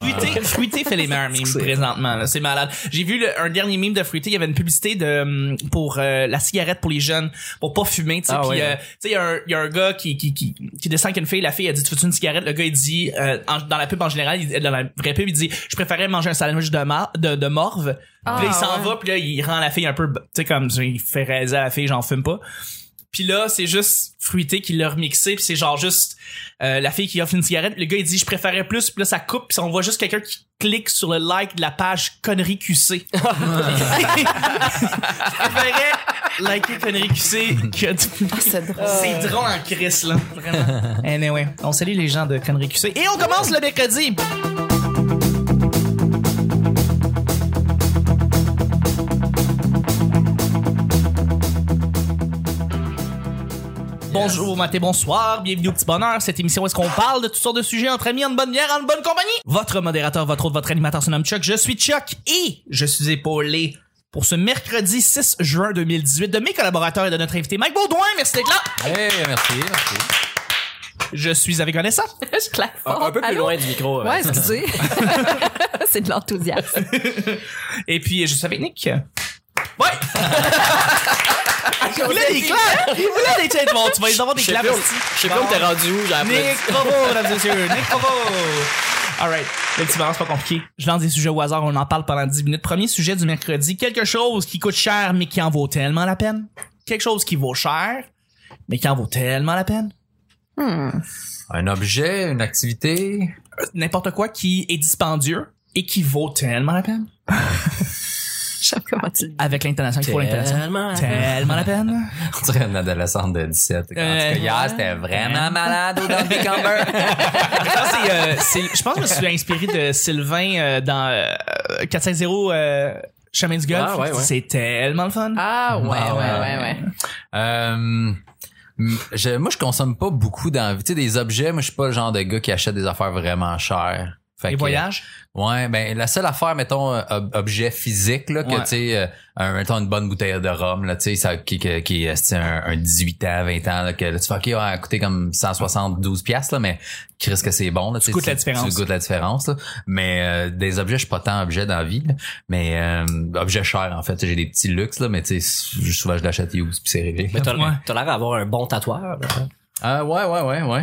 Fruité fait les meilleurs memes présentement, là. C'est malade. J'ai vu un dernier meme de Fruité, il y avait une publicité pour la cigarette pour les jeunes, pour pas fumer, tu sais. Puis tu sais, il y a un gars qui descend avec une fille, la fille a dit tu veux-tu une cigarette? Le gars il dit dans la pub en général, dans la vraie pub, il dit je préférais manger un sandwich de morve. Puis là il s'en va, puis là il rend la fille un peu, tu sais, comme il fait réaliser à la fille j'en fume pas. Puis là, c'est juste Fruité qui l'a remixé, puis c'est genre juste la fille qui offre une cigarette, le gars il dit je préférais plus, puis là ça coupe, puis on voit juste quelqu'un qui clique sur le like de la page Connerie QC. Je préférais liker Connerie QC que c'est drôle. C'est drôle en crise là, vraiment. Anyway, on salue les gens de Connerie QC et on commence le mercredi. Bonjour, matin, bonsoir, bienvenue au Petit Bonheur. Cette émission où est-ce qu'on parle de toutes sortes de sujets entre amis, en bonne bière, en bonne compagnie. Votre modérateur, votre hôte, votre animateur se nomme Chuck. Je suis Chuck et je suis épaulé pour ce mercredi 6 juin 2018 de mes collaborateurs et de notre invité Mike Baudouin. Merci d'être là. Hey, merci. Je suis avec Vanessa. Je claque fort. Un peu plus loin du micro. Ouais, excusez. C'est de l'enthousiasme. Et puis, je suis avec Nick. Ouais! Il voulait des claps! Il voulait des claps! Bon, tu vas avoir des claps aussi. Je sais pas où t'es rendu où, j'ai appris. Nick, bravo, mesdames et messieurs. Nick, bravo! Alright. Le petit balance pas compliqué. Je lance des sujets au hasard, on en parle pendant 10 minutes. Premier sujet du mercredi. Quelque chose qui coûte cher, mais qui en vaut tellement la peine. Quelque chose qui vaut cher, mais qui en vaut tellement la peine. Un objet, une activité. N'importe quoi qui est dispendieux et qui vaut tellement la peine. Je sais comment tu le dis. Avec l'intonation qu'il faut l'intonation. Tellement la peine. On dirait une adolescente de 17. En tout cas, hier, c'était vraiment malade au Danby Camber. Je pense que je me suis inspiré de Sylvain dans 450 Chemin du Golfe. Ouais. C'est tellement le fun. Ah, ouais. Moi, je consomme pas beaucoup tu sais, des objets. Moi, je suis pas le genre de gars qui achète des affaires vraiment chères. Les voyages? Ouais, ben la seule affaire, mettons, objet physique, là, que tu sais, mettons une bonne bouteille de rhum, là, tu sais, ça qui est un 18 ans, 20 ans, là, que là, tu fais, OK, ouais, a coûté comme 172 piastres, là, mais Chris que c'est bon, là, tu goûtes la différence. Tu goûtes la différence, là. Mais des objets, je suis pas tant objet dans la vie, là, mais objet cher, en fait, j'ai des petits luxes, là, mais tu sais, souvent je l'achète used puis c'est réglé. Mais t'as l'air d'avoir un bon tatoueur. Ouais.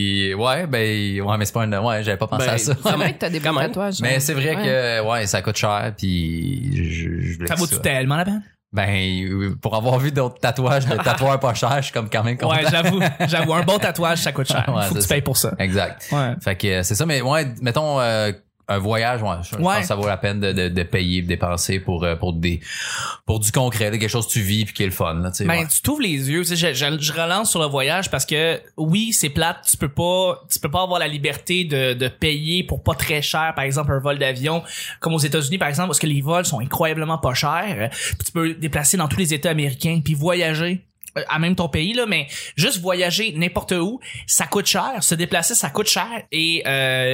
Mais c'est pas j'avais pas pensé à ça. C'est vrai que t'as des bons tatouages. Mais c'est vrai que, ça coûte cher, puis ça vaut tellement la peine? Ben, pour avoir vu d'autres tatouages de tatoueurs pas chers, je suis comme quand même content. Ouais, j'avoue, un bon tatouage, ça coûte cher. Faut que tu payes pour ça. Exact. Ouais. Fait que c'est ça, mais ouais, mettons, un voyage, je pense que ça vaut la peine de payer, de dépenser pour du concret, quelque chose que tu vis puis qui est le fun, là, tu sais. Ben, tu t'ouvres les yeux, tu sais, je relance sur le voyage parce que oui, c'est plate, tu peux pas avoir la liberté de payer pour pas très cher, par exemple, un vol d'avion, comme aux États-Unis, par exemple, parce que les vols sont incroyablement pas chers, puis tu peux déplacer dans tous les États américains puis voyager à même ton pays, là, mais juste voyager n'importe où, ça coûte cher, se déplacer, ça coûte cher et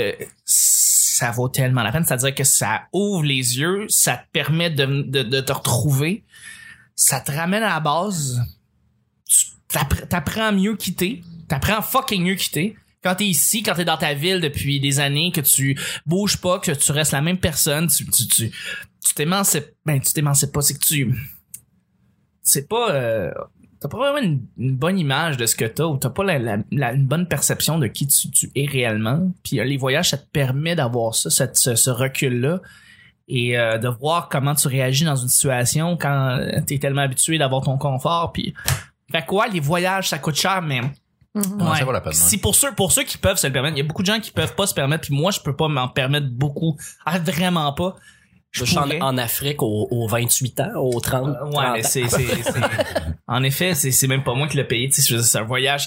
ça vaut tellement la peine, c'est-à-dire que ça ouvre les yeux, ça te permet de te retrouver, ça te ramène à la base, t'apprends à mieux quitter, t'apprends fucking mieux quitter. Quand t'es ici, quand t'es dans ta ville depuis des années, que tu bouges pas, que tu restes la même personne, tu t'émancipes, tu t'émancipes pas, c'est que c'est pas t'as pas vraiment une bonne image de ce que t'as ou t'as pas une bonne perception de qui tu es réellement. Puis les voyages, ça te permet d'avoir ça, ce recul-là et de voir comment tu réagis dans une situation quand t'es tellement habitué d'avoir ton confort. Puis fait quoi, les voyages, ça coûte cher, mais ça vaut la peine. Si pour ceux qui peuvent se le permettre, il y a beaucoup de gens qui peuvent pas se permettre, puis moi je peux pas m'en permettre beaucoup. Vraiment pas. Je suis en Afrique aux 28 ans, aux 30. Mais c'est en effet, c'est même pas moi qui l'ai payé, tu sais, c'est un voyage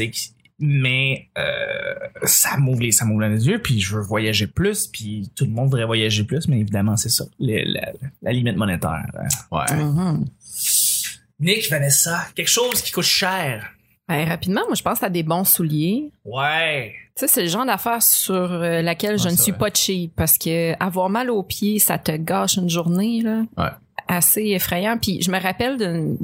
mais ça m'ouvre les yeux, puis je veux voyager plus, puis tout le monde voudrait voyager plus, mais évidemment c'est ça, la limite monétaire. Ouais. Nick, Vanessa, quelque chose qui coûte cher, Ben, rapidement, moi, je pense à des bons souliers. Ouais. Tu sais, c'est le genre d'affaire sur laquelle je ne suis pas cheap parce que avoir mal aux pieds, ça te gâche une journée, là. Ouais. Assez effrayant. Puis je me rappelle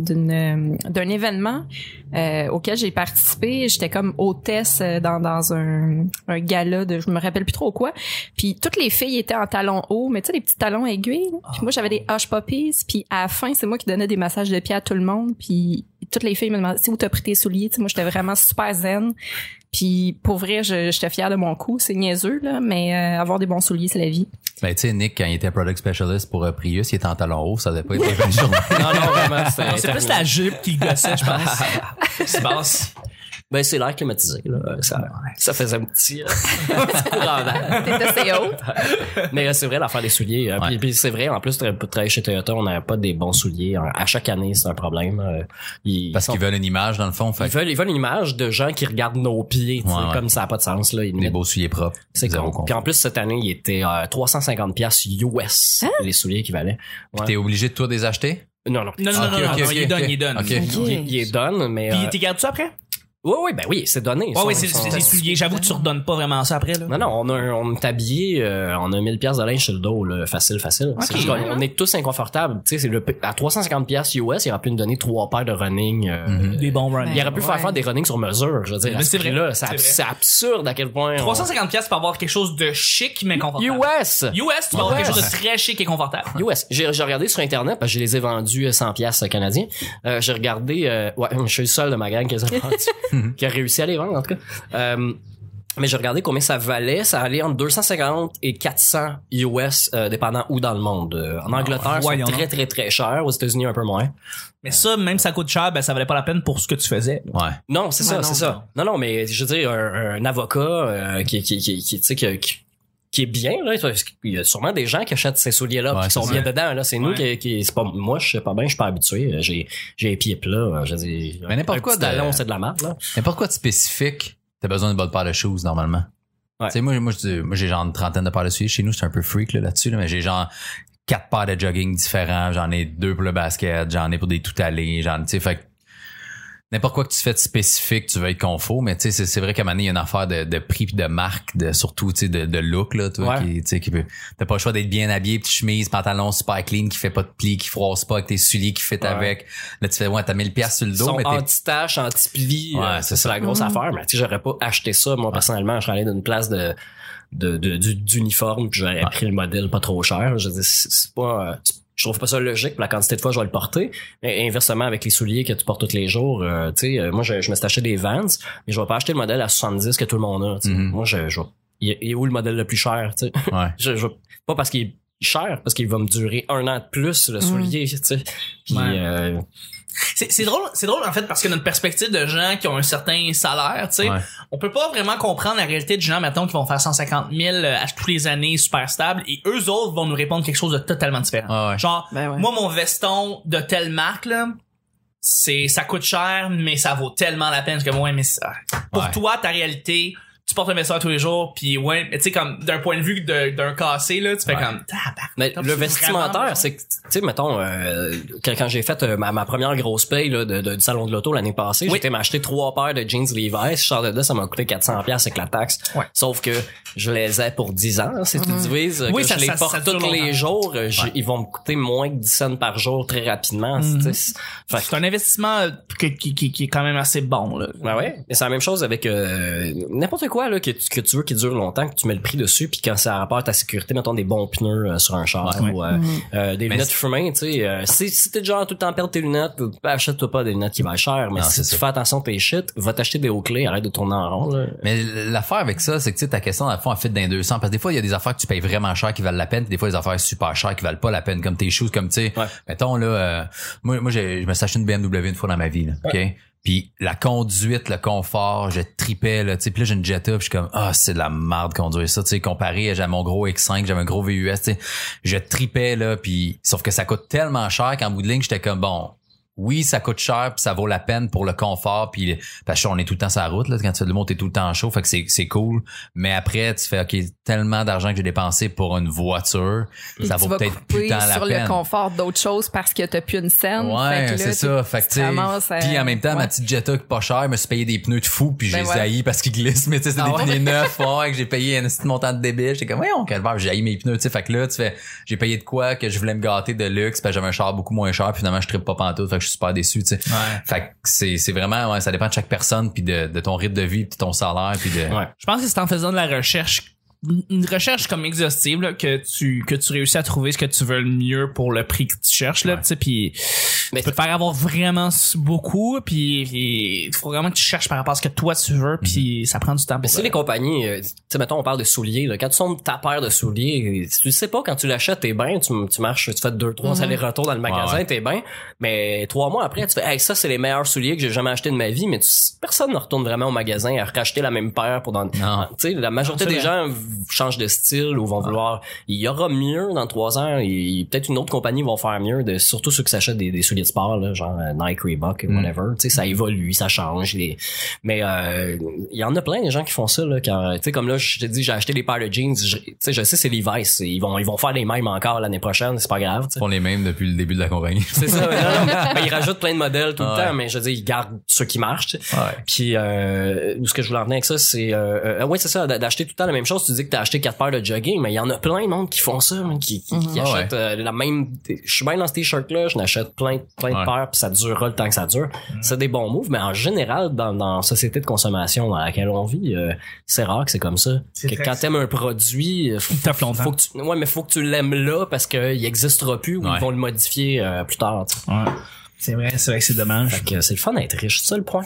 d'un événement auquel j'ai participé. J'étais comme hôtesse dans un gala de je me rappelle plus trop quoi. Puis toutes les filles étaient en talons hauts, mais tu sais les petits talons aiguilles. Puis moi j'avais des Hush Puppies. Puis à la fin c'est moi qui donnais des massages de pieds à tout le monde. Puis toutes les filles me demandaient où t'as pris tes souliers. Tu sais moi j'étais vraiment super zen. Puis pour vrai j'étais fière de mon coup. C'est niaiseux là, mais avoir des bons souliers c'est la vie. Ben, tu sais, Nick, quand il était product specialist pour Prius, il était en talons hauts, ça devait pas être une bonne journée. Non, vraiment, C'est plus la jupe qui gossait, je pense. C'est basse. Ben, c'est l'air climatisé, là. Ça faisait un petit courant d'air. T'étais assez haut. Mais c'est vrai, l'affaire des souliers. Puis c'est vrai, en plus, pour travailler chez Toyota, on n'avait pas des bons souliers. À chaque année, c'est un problème. Parce qu'ils veulent une image, dans le fond. Fait ils veulent une image de gens qui regardent nos pieds, comme ça n'a pas de sens, là. Des beaux souliers propres. C'est con. Puis en plus, cette année, il était 350$ US, les souliers qui valaient. Puis t'es obligé de toi de les acheter? Non. Non, il donne. Il est donne, mais... Puis t'es gardes ça après? Oui, c'est donné. Oui, c'est des souliers. J'avoue que tu redonnes pas vraiment ça après, là. Non, on est habillé, on a 1000$ de linge sur le dos, là. Facile. Okay. C'est juste on est tous inconfortables. Tu sais, à 350$ US, il aurait pu nous donner 3 paires de running, des bons running. Il aurait pu faire des runnings sur mesure, je veux dire. C'est vrai. Là, c'est absurde à quel point. 350$ pour avoir quelque chose de chic mais confortable. US, tu vas avoir quelque chose de très chic et confortable. US. J'ai regardé sur Internet, parce que je les ai vendus 100$ canadiens. J'ai regardé, je suis le seul de ma gang qui les a vendus, qui a réussi à les vendre, en tout cas. Mais j'ai regardé combien ça valait. Ça allait entre 250 et 400 US, dépendant où dans le monde. En Angleterre, c'est très, très, très cher. Aux États-Unis, un peu moins. Mais ça, même si ça coûte cher, ben, ça valait pas la peine pour ce que tu faisais. Ouais. Non, c'est ça. Non, mais je veux dire, un avocat, qui est bien, là. Il y a sûrement des gens qui achètent ces souliers-là, qui sont bien dedans, là. C'est nous qui c'est pas, moi, je sais pas bien, je suis pas habitué. J'ai les pieds plats, je dis. Mais n'importe quoi talon, c'est de la merde, là. N'importe quoi de spécifique, t'as besoin d'une bonne paire de shoes, normalement. Ouais. Tu sais, moi, j'ai genre une trentaine de paires de souliers. Chez nous, c'est un peu freak, là-dessus, là, mais j'ai genre 4 paires de jogging différents. J'en ai 2 pour le basket. J'en ai pour des tout-allés. Tu sais, fait n'importe quoi que tu fais de spécifique, tu veux être confort, mais tu sais, c'est vrai qu'à un moment donné, il y a une affaire de prix pis de marque, surtout, tu sais, de look, là, toi, qui, tu sais, qui peut, t'as pas le choix d'être bien habillé, petite chemise, pantalon super clean, qui fait pas de plis, qui froisse pas, avec tes souliers qui fit avec. Là, tu fais, t'as 1000$ sur le dos, mais anti-tache, anti-pli, c'est la grosse affaire, mais tu sais, j'aurais pas acheté ça, moi, personnellement, je serais allé d'une place d'uniforme, puis j'aurais pris le modèle pas trop cher. Je veux dire, c'est pas, je trouve pas ça logique pour la quantité de fois que je vais le porter. Mais inversement, avec les souliers que tu portes tous les jours, tu sais, moi, je me suis acheté des Vans, mais je vais pas acheter le modèle à 70 que tout le monde a, tu sais. Moi, il est où le modèle le plus cher, tu sais? Je pas parce qu'il est cher, parce qu'il va me durer 1 an de plus, le soulier, tu sais. Puis, c'est drôle en fait parce que notre perspective de gens qui ont un certain salaire, tu sais, on peut pas vraiment comprendre la réalité de gens mettons qui vont faire 150 000 à tous les années super stable et eux autres vont nous répondre quelque chose de totalement différent. Genre moi mon veston de telle marque là, ça coûte cher mais ça vaut tellement la peine parce que mais ça, pour toi ta réalité tu portes un veston tous les jours puis mais tu sais comme d'un point de vue d'un cassé là tu fais comme mais le vestimentaire c'est que tu sais mettons quand j'ai fait ma première grosse paye là du salon de l'auto l'année passée j'étais m'acheter 3 paires de jeans Levi's, je sors de là ça m'a coûté 400$ avec la taxe. Sauf que je les ai pour 10 ans, si tu divises que je les porte tous les jours, ils vont me coûter moins que 10 cents par jour très rapidement. C'est un investissement qui est quand même assez bon là. Et c'est la même chose avec n'importe quoi là que tu veux qui dure longtemps, que tu mets le prix dessus, puis quand ça rapporte ta sécurité, mettons des bons pneus sur un char ou des lunettes fumées, tu sais, si t'es genre tout le temps perdre tes lunettes, achète-toi pas des lunettes qui valent cher, mais si tu fais attention à tes shit, va t'acheter des hauts clés, arrête de tourner en rond là. Mais l'affaire avec ça, c'est que tu sais ta question dans le fond elle fit dans 200 parce que des fois il y a des affaires que tu payes vraiment cher qui valent la peine, puis des fois des affaires super chères qui valent pas la peine comme tes shoes, comme tu sais, mettons là moi je me suis acheté une BMW une fois dans ma vie là, OK? Puis la conduite, le confort, je tripais là, tu sais, puis là j'ai une Jetta, puis je suis comme c'est de la merde conduire ça, tu sais, comparé à mon gros X5, j'avais un gros VUS, tu sais, je tripais là, puis sauf que ça coûte tellement cher qu'en bout de ligne, j'étais comme bon, oui, ça coûte cher puis ça vaut la peine pour le confort puis parce qu'on est tout le temps sur la route là, quand tu fais le monde t'es tout le temps chaud, fait que c'est cool, mais après tu fais OK, tellement d'argent que j'ai dépensé pour une voiture, ça vaut peut-être plus tant la sur peine. Le confort d'autres choses parce que t'as plus une scène. Ouais, fait que là, c'est ça, fait que tu sais, puis en même temps ma petite Jetta qui est pas chère, je me suis payé des pneus de fou puis j'ai haï parce qu'ils glissent, mais tu sais c'est des pneus neufs, que j'ai payé un petit montant de débit, j'étais comme voyons calvaire, j'ai haï mes pneus, tu sais, fait que là tu fais j'ai payé de quoi que je voulais me gâter de luxe parce que j'avais un char beaucoup moins cher, puis finalement je trippe pas pantoute, fait que je suis super déçu, tu sais. Ouais. Fait que c'est vraiment ça dépend de chaque personne puis de ton rythme de vie, puis de ton salaire puis de Je pense que c'est en faisant de la recherche, une recherche comme exhaustive là, que tu réussis à trouver ce que tu veux le mieux pour le prix que tu cherches là, tu sais, puis tu peux te faire avoir vraiment beaucoup, puis il faut vraiment que tu cherches par rapport à ce que toi tu veux, puis ça prend du temps. Mais si les compagnies, tu sais, mettons on parle de souliers là, quand tu sondes ta paire de souliers, tu sais pas quand tu l'achètes t'es bien, tu marches, tu fais 2-3 allers-retours dans le magasin, t'es bien, mais 3 mois après tu fais hey, ça c'est les meilleurs souliers que j'ai jamais acheté de ma vie, mais personne ne retourne vraiment au magasin à racheter la même paire pour tu sais la majorité des gens changent de style ou vont vouloir, il y aura mieux dans 3 ans et peut-être une autre compagnie vont faire mieux, surtout ceux qui s'achètent des souliers de sport là, genre Nike, Reebok, whatever, tu sais ça évolue, ça change mais il y en a plein des gens qui font ça là, quand tu sais comme là je te dis j'ai acheté des paires de jeans, tu sais je sais c'est Levi's, ils vont faire les mêmes encore l'année prochaine, c'est pas grave, ils font les mêmes depuis le début de la compagnie. C'est ça, mais ils rajoutent plein de modèles tout le temps, mais je veux dire ils gardent ceux qui marchent, puis où ce que je voulais en venir avec ça c'est ouais c'est ça, d'acheter tout le temps la même chose. Tu dis que t'as acheté 4 paires de jogging, mais il y en a plein de monde qui font ça, qui achètent la même. Je suis bien dans ce t-shirt là, je n'achète plein de paires puis ça durera le temps que ça dure. C'est des bons moves, mais en général dans la société de consommation dans laquelle on vit, c'est rare que c'est comme ça. Que quand t'aimes un produit, faut que tu l'aimes là parce que il existera plus ou ils vont le modifier plus tard. C'est vrai que c'est dommage. Fait que c'est le fun d'être riche, c'est ça le point.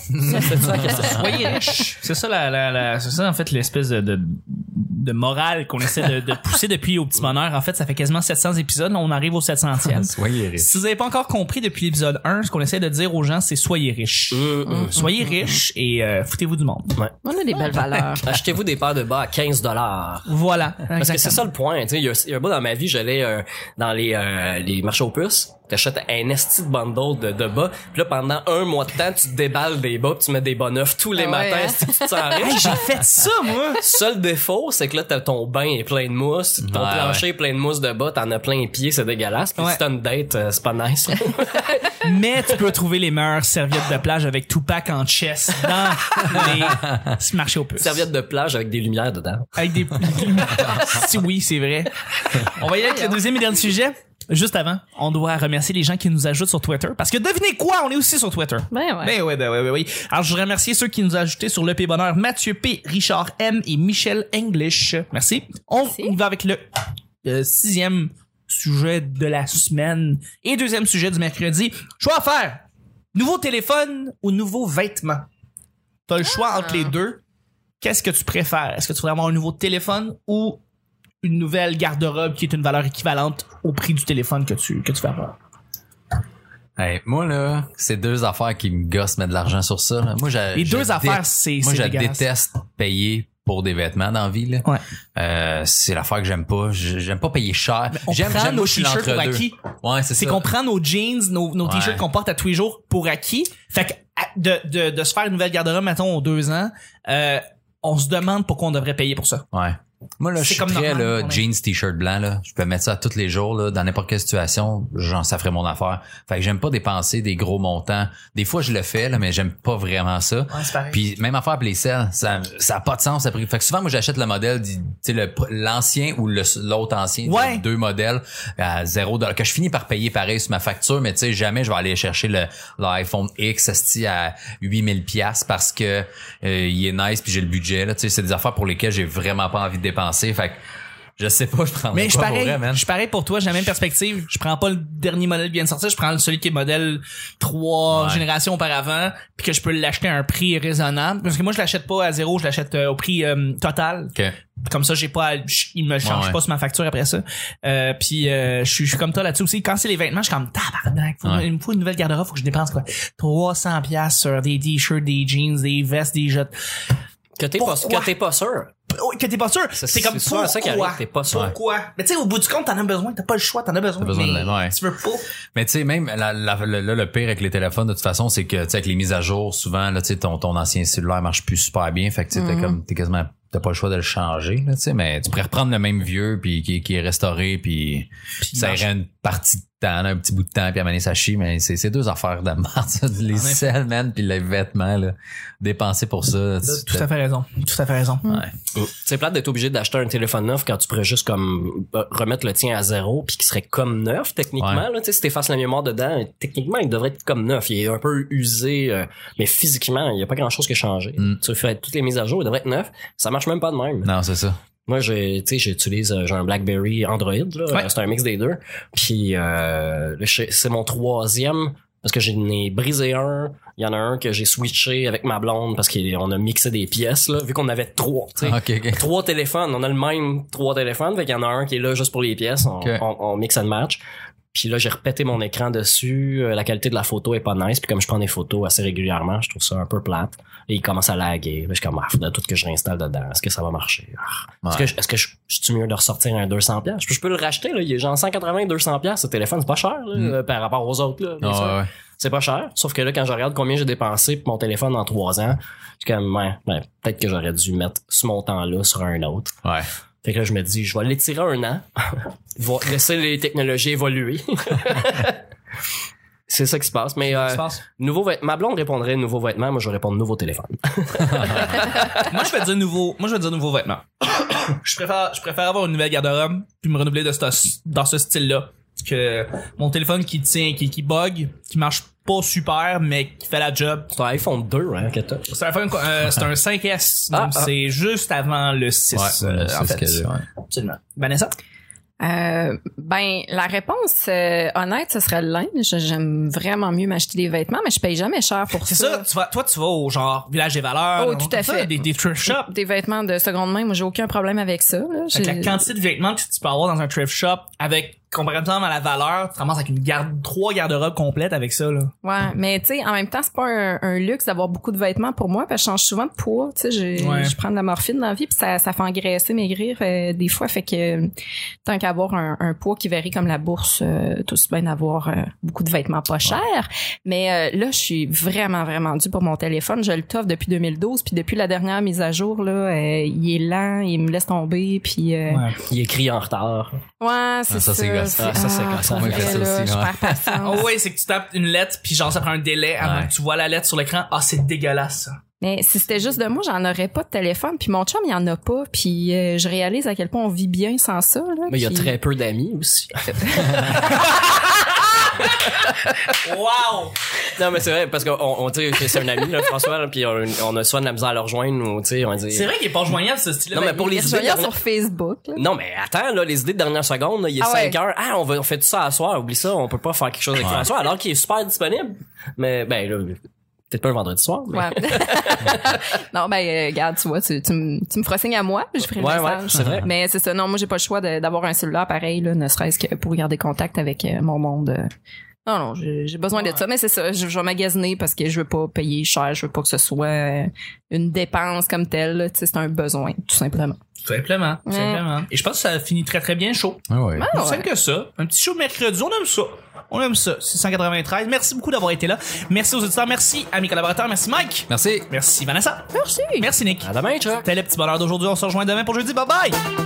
Soyez riche. C'est ça c'est ça en fait l'espèce de morale qu'on essaie de pousser depuis Au Petit Bonheur. En fait, ça fait quasiment 700 épisodes, là, on arrive au 700e. Soyez riche. Si vous avez pas encore compris depuis l'épisode 1, ce qu'on essaie de dire aux gens, c'est soyez riches. Soyez riches et foutez-vous du monde. Ouais. On a des belles valeurs. Achetez-vous des paires de bas à $15. Voilà. Parce que c'est ça le point, tu sais, il y a un bout dans ma vie, j'allais dans les marchés aux puces. T'achètes un esti de bundle de bas, puis là pendant un mois de temps tu te déballes des bas, pis tu mets des bas neufs tous les matins, tu te sens riche. Hey, j'ai fait ça moi. Seul défaut, c'est que là ton bain est plein de mousse, ton plancher est plein de mousse de bas, t'en as plein les pieds, c'est dégueulasse. Puis si t'as une date, c'est pas nice. Mais tu peux trouver les meilleures serviettes de plage avec Tupac en chest dans les marchés aux puces. Serviettes de plage avec des lumières dedans. Avec des oui, c'est vrai. On va y aller avec le deuxième et dernier sujet. Juste avant, on doit remercier les gens qui nous ajoutent sur Twitter. Parce que devinez quoi? On est aussi sur Twitter. Ben ouais. Oui. Alors, je voudrais remercier ceux qui nous ont ajoutés sur le P Bonheur. Mathieu P, Richard M et Michel English. Merci. On va avec le 6e sujet de la semaine et 2e sujet du mercredi. Choix à faire. Nouveau téléphone ou nouveau vêtement? T'as le choix entre les deux. Qu'est-ce que tu préfères? Est-ce que tu voudrais avoir un nouveau téléphone ou une nouvelle garde-robe qui est une valeur équivalente au prix du téléphone que tu vas avoir? Hey, moi là, c'est 2 affaires qui me gossent mettre de l'argent sur ça. Là. Moi, les 2 affaires, c'est moi, je dégueulasse. déteste payer pour des vêtements dans la vie. Là. Ouais. C'est l'affaire que j'aime pas. J'aime pas payer cher. J'aime nos t-shirts pour acquis. Ouais, c'est qu'on prend nos jeans, nos t-shirts qu'on porte à tous les jours pour acquis. Fait que de se faire une nouvelle garde-robe, mettons, aux 2 ans, on se demande pourquoi on devrait payer pour ça. Ouais. Moi là, je suis très là, jeans, t-shirt blanc là, je peux mettre ça tous les jours là, dans n'importe quelle situation, ça ferait mon affaire. Fait que j'aime pas dépenser des gros montants. Des fois je le fais là, mais j'aime pas vraiment ça. Ouais, c'est pareil. Puis même affaire pour les selles, ça a pas de sens après. Fait que souvent moi j'achète le modèle tu sais l'ancien ou l'autre ancien, 2 modèles à $0 que je finis par payer pareil sur ma facture, mais tu sais jamais je vais aller chercher l'iPhone X à 8000$ parce que il est nice puis j'ai le budget là, tu sais c'est des affaires pour lesquelles j'ai vraiment pas envie de dépenser. Fait que je sais pas, je prends mais pas je suis pareil pour toi, j'ai la même perspective. Je prends pas le dernier modèle qui vient de sortir, je prends celui qui est modèle 3 générations auparavant, puis que je peux l'acheter à un prix raisonnable. Parce que moi je l'achète pas à 0, je l'achète au prix total. Okay. Comme ça j'ai pas il me change pas sur ma facture après ça. Puis je suis comme toi là-dessus aussi. Quand c'est les vêtements, je suis comme tabarnak, il me faut une nouvelle garde-robe, faut que je dépense quoi 300$ sur des t-shirts, des jeans, des vestes, des jeans. Que t'es pas sûr. que t'es pas sûr. C'est comme souvent ça qui arrive, t'es pas sûr. Pourquoi? Mais tu sais, au bout du compte, t'en as besoin. T'as pas le choix, t'en as besoin. Tu veux pas. Mais tu sais, même le pire avec les téléphones, de toute façon, c'est que tu sais, avec les mises à jour, souvent, là, tu sais, ton ancien cellulaire marche plus super bien. Fait que tu sais, t'es quasiment, t'as pas le choix de le changer, là, tu sais, mais tu pourrais reprendre le même vieux puis qui est restauré puis ça irait une partie de temps, là, un petit bout de temps puis amener ça chie, mais c'est deux affaires de merde, ça, les selles, man, puis les vêtements, là, dépenser pour ça. Tout à fait raison. Ouais. C'est plate d'être obligé d'acheter un téléphone neuf quand tu pourrais juste comme remettre le tien à zéro puis qui serait comme neuf techniquement, là, tu sais, si t'effaces la mémoire dedans, techniquement, il devrait être comme neuf. Il est un peu usé, mais physiquement, il y a pas grand chose qui a changé. Tu fais toutes les mises à jour, il devrait être neuf. Ça marche même pas de même. Non, c'est ça. Moi, j'utilise j'ai un BlackBerry Android, là. Ouais. C'est un mix des deux. Puis c'est mon 3e parce que j'en ai brisé un. Il y en a un que j'ai switché avec ma blonde parce qu'on a mixé des pièces, là, vu qu'on avait 3, tu sais. Okay. 3 téléphones. On a le même 3 téléphones. Fait qu'il y en a un qui est là juste pour les pièces. On mix and match. Puis là, j'ai repété mon écran dessus. La qualité de la photo est pas nice. Puis comme je prends des photos assez régulièrement, je trouve ça un peu plate. Et il commence à laguer. Je suis comme, faudrait tout que je réinstalle dedans. Est-ce que ça va marcher? Est-ce que je suis mieux de ressortir un 200$? Je peux le racheter, là. Il est genre 180-200$. Ce téléphone, c'est pas cher, là, par rapport aux autres, là. Ouais. C'est pas cher. Sauf que là, quand je regarde combien j'ai dépensé pour mon téléphone en 3 ans, je suis comme, peut-être que j'aurais dû mettre ce montant-là sur un autre. Ouais. Fait que là, je me dis, je vais l'étirer 1 an. Laisser les technologies évoluer. C'est ça qui se passe. Mais ma blonde répondrait nouveau vêtement, moi je vais répondre nouveau téléphone. Moi je vais dire nouveau vêtement. je préfère avoir une nouvelle garde-robe puis me renouveler dans ce style-là que mon téléphone qui tient qui bug, qui marche pas super mais qui fait la job. C'est un iPhone 2 hein que t'as. C'est un 5S. Donc c'est juste avant le 6 en fait. Absolument. Vanessa? La réponse honnête, ce serait le linge. J'aime vraiment mieux m'acheter des vêtements, mais je paye jamais cher pour ça. C'est ça. Tu vas au genre Village des Valeurs. Oh, tout à fait. Des thrift shops. Des vêtements de seconde main, moi j'ai aucun problème avec ça. Là. La quantité de vêtements que tu peux avoir dans un thrift shop avec comparativement à la valeur, tu te ramasses avec 3 garde-robes complètes avec ça, là. Ouais, mais tu sais, en même temps, c'est pas un luxe d'avoir beaucoup de vêtements pour moi, parce que je change souvent de poids, tu sais, je prends de la morphine dans la vie, puis ça fait engraisser, maigrir des fois, fait que tant qu'avoir un poids qui varie comme la bourse, tout aussi bien d'avoir beaucoup de vêtements pas chers. Mais là, je suis vraiment, vraiment due pour mon téléphone. Je le t'offre depuis 2012, puis depuis la dernière mise à jour, là, il est lent, il me laisse tomber, puis... Il écrit en retard. Ouais, c'est ça. Ça, c'est comme ça. Moi, je fais ça aussi. Je perds patience. Oh oui, c'est que tu tapes une lettre puis genre ça prend un délai avant que tu vois la lettre sur l'écran. Ah, c'est dégueulasse ça. Mais si c'était juste de moi, j'en aurais pas de téléphone, puis mon chum il en a pas, puis je réalise à quel point on vit bien sans ça là. Mais il y a très peu d'amis aussi. Wow! Non mais c'est vrai parce qu'on dit que c'est un ami là, François là, puis on a soit de la misère à le rejoindre ou tu sais on dit. C'est vrai qu'il est pas joignable ce style-là. Non mais pour les idées sur Facebook. Là. Non mais attends là les idées de dernière seconde là, il est 5 heures. On fait tout ça à soir, oublie ça, on peut pas faire quelque chose avec François alors qu'il est super disponible. Mais ben là peut-être pas un vendredi soir. Mais... Ouais. Non, regarde, tu vois, tu me feras signe à moi, je ferai le message. Ouais, c'est vrai. Mais c'est ça, non, moi j'ai pas le choix d'avoir un cellulaire pareil, là, ne serait-ce que pour garder contact avec mon monde. Non, j'ai besoin de ça, mais c'est ça, je vais magasiner parce que je veux pas payer cher, je veux pas que ce soit une dépense comme telle, tu sais, c'est un besoin, tout simplement. Tout simplement. Et je pense que ça finit très très bien chaud. Plus simple que ça. Un petit show mercredi, on aime ça. 693. Merci beaucoup d'avoir été là. Merci aux auditeurs. Merci à mes collaborateurs. Merci Mike. Merci. Merci Vanessa. Merci. Merci Nick. À demain, Chuck. C'était le petit bonheur d'aujourd'hui. On se rejoint demain pour jeudi. Bye bye.